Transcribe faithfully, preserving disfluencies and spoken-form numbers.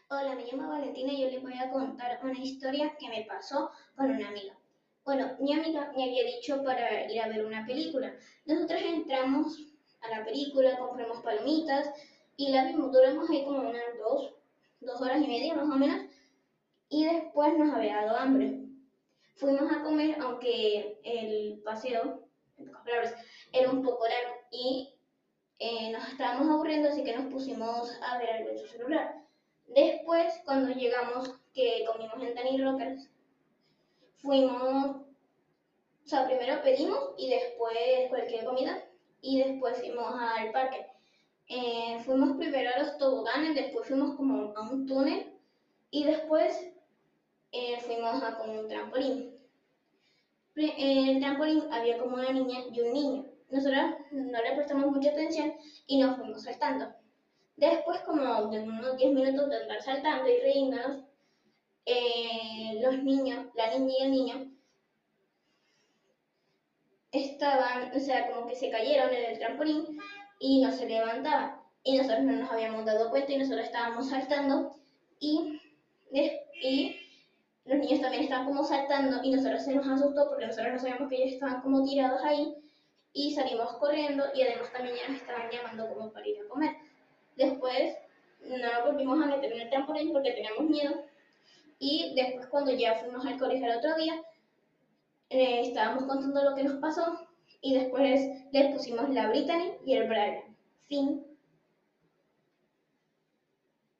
Hola, me llamo Valentina y yo les voy a contar una historia que me pasó con una amiga. Bueno, mi amiga me había dicho para ir a ver una película. Nosotros entramos a la película, compramos palomitas y la vimos. Duramos ahí como unas dos, dos horas y media más o menos y después nos había dado hambre. Fuimos a comer, aunque el paseo, en pocas palabras, era un poco largo y eh, nos estábamos aburriendo, así que nos pusimos a ver algo en su celular. Después, cuando llegamos, que comimos en Danny Rockers, fuimos, o sea, primero pedimos y después cualquier comida y después fuimos al parque. Eh, fuimos primero a los toboganes, después fuimos como a un túnel y después eh, fuimos a como un trampolín. En el trampolín había como una niña y un niño. Nosotros no le prestamos mucha atención y nos fuimos saltando. Después, como de unos diez minutos de andar saltando y riéndonos, eh, los niños, la niña y el niño, estaban, o sea, como que se cayeron en el trampolín y no se levantaban. Y nosotros no nos habíamos dado cuenta y nosotros estábamos saltando y, y los niños también estaban como saltando y nosotros se nos asustó porque nosotros no sabíamos que ellos estaban como tirados ahí y salimos corriendo y además también ya nos estaban llamando como para ir a comer. Después no nos volvimos a meter en el trampolín porque teníamos miedo y después cuando ya fuimos al colegio el otro día, eh, estábamos contando lo que nos pasó y después les pusimos la Brittany y el Brian. Fin.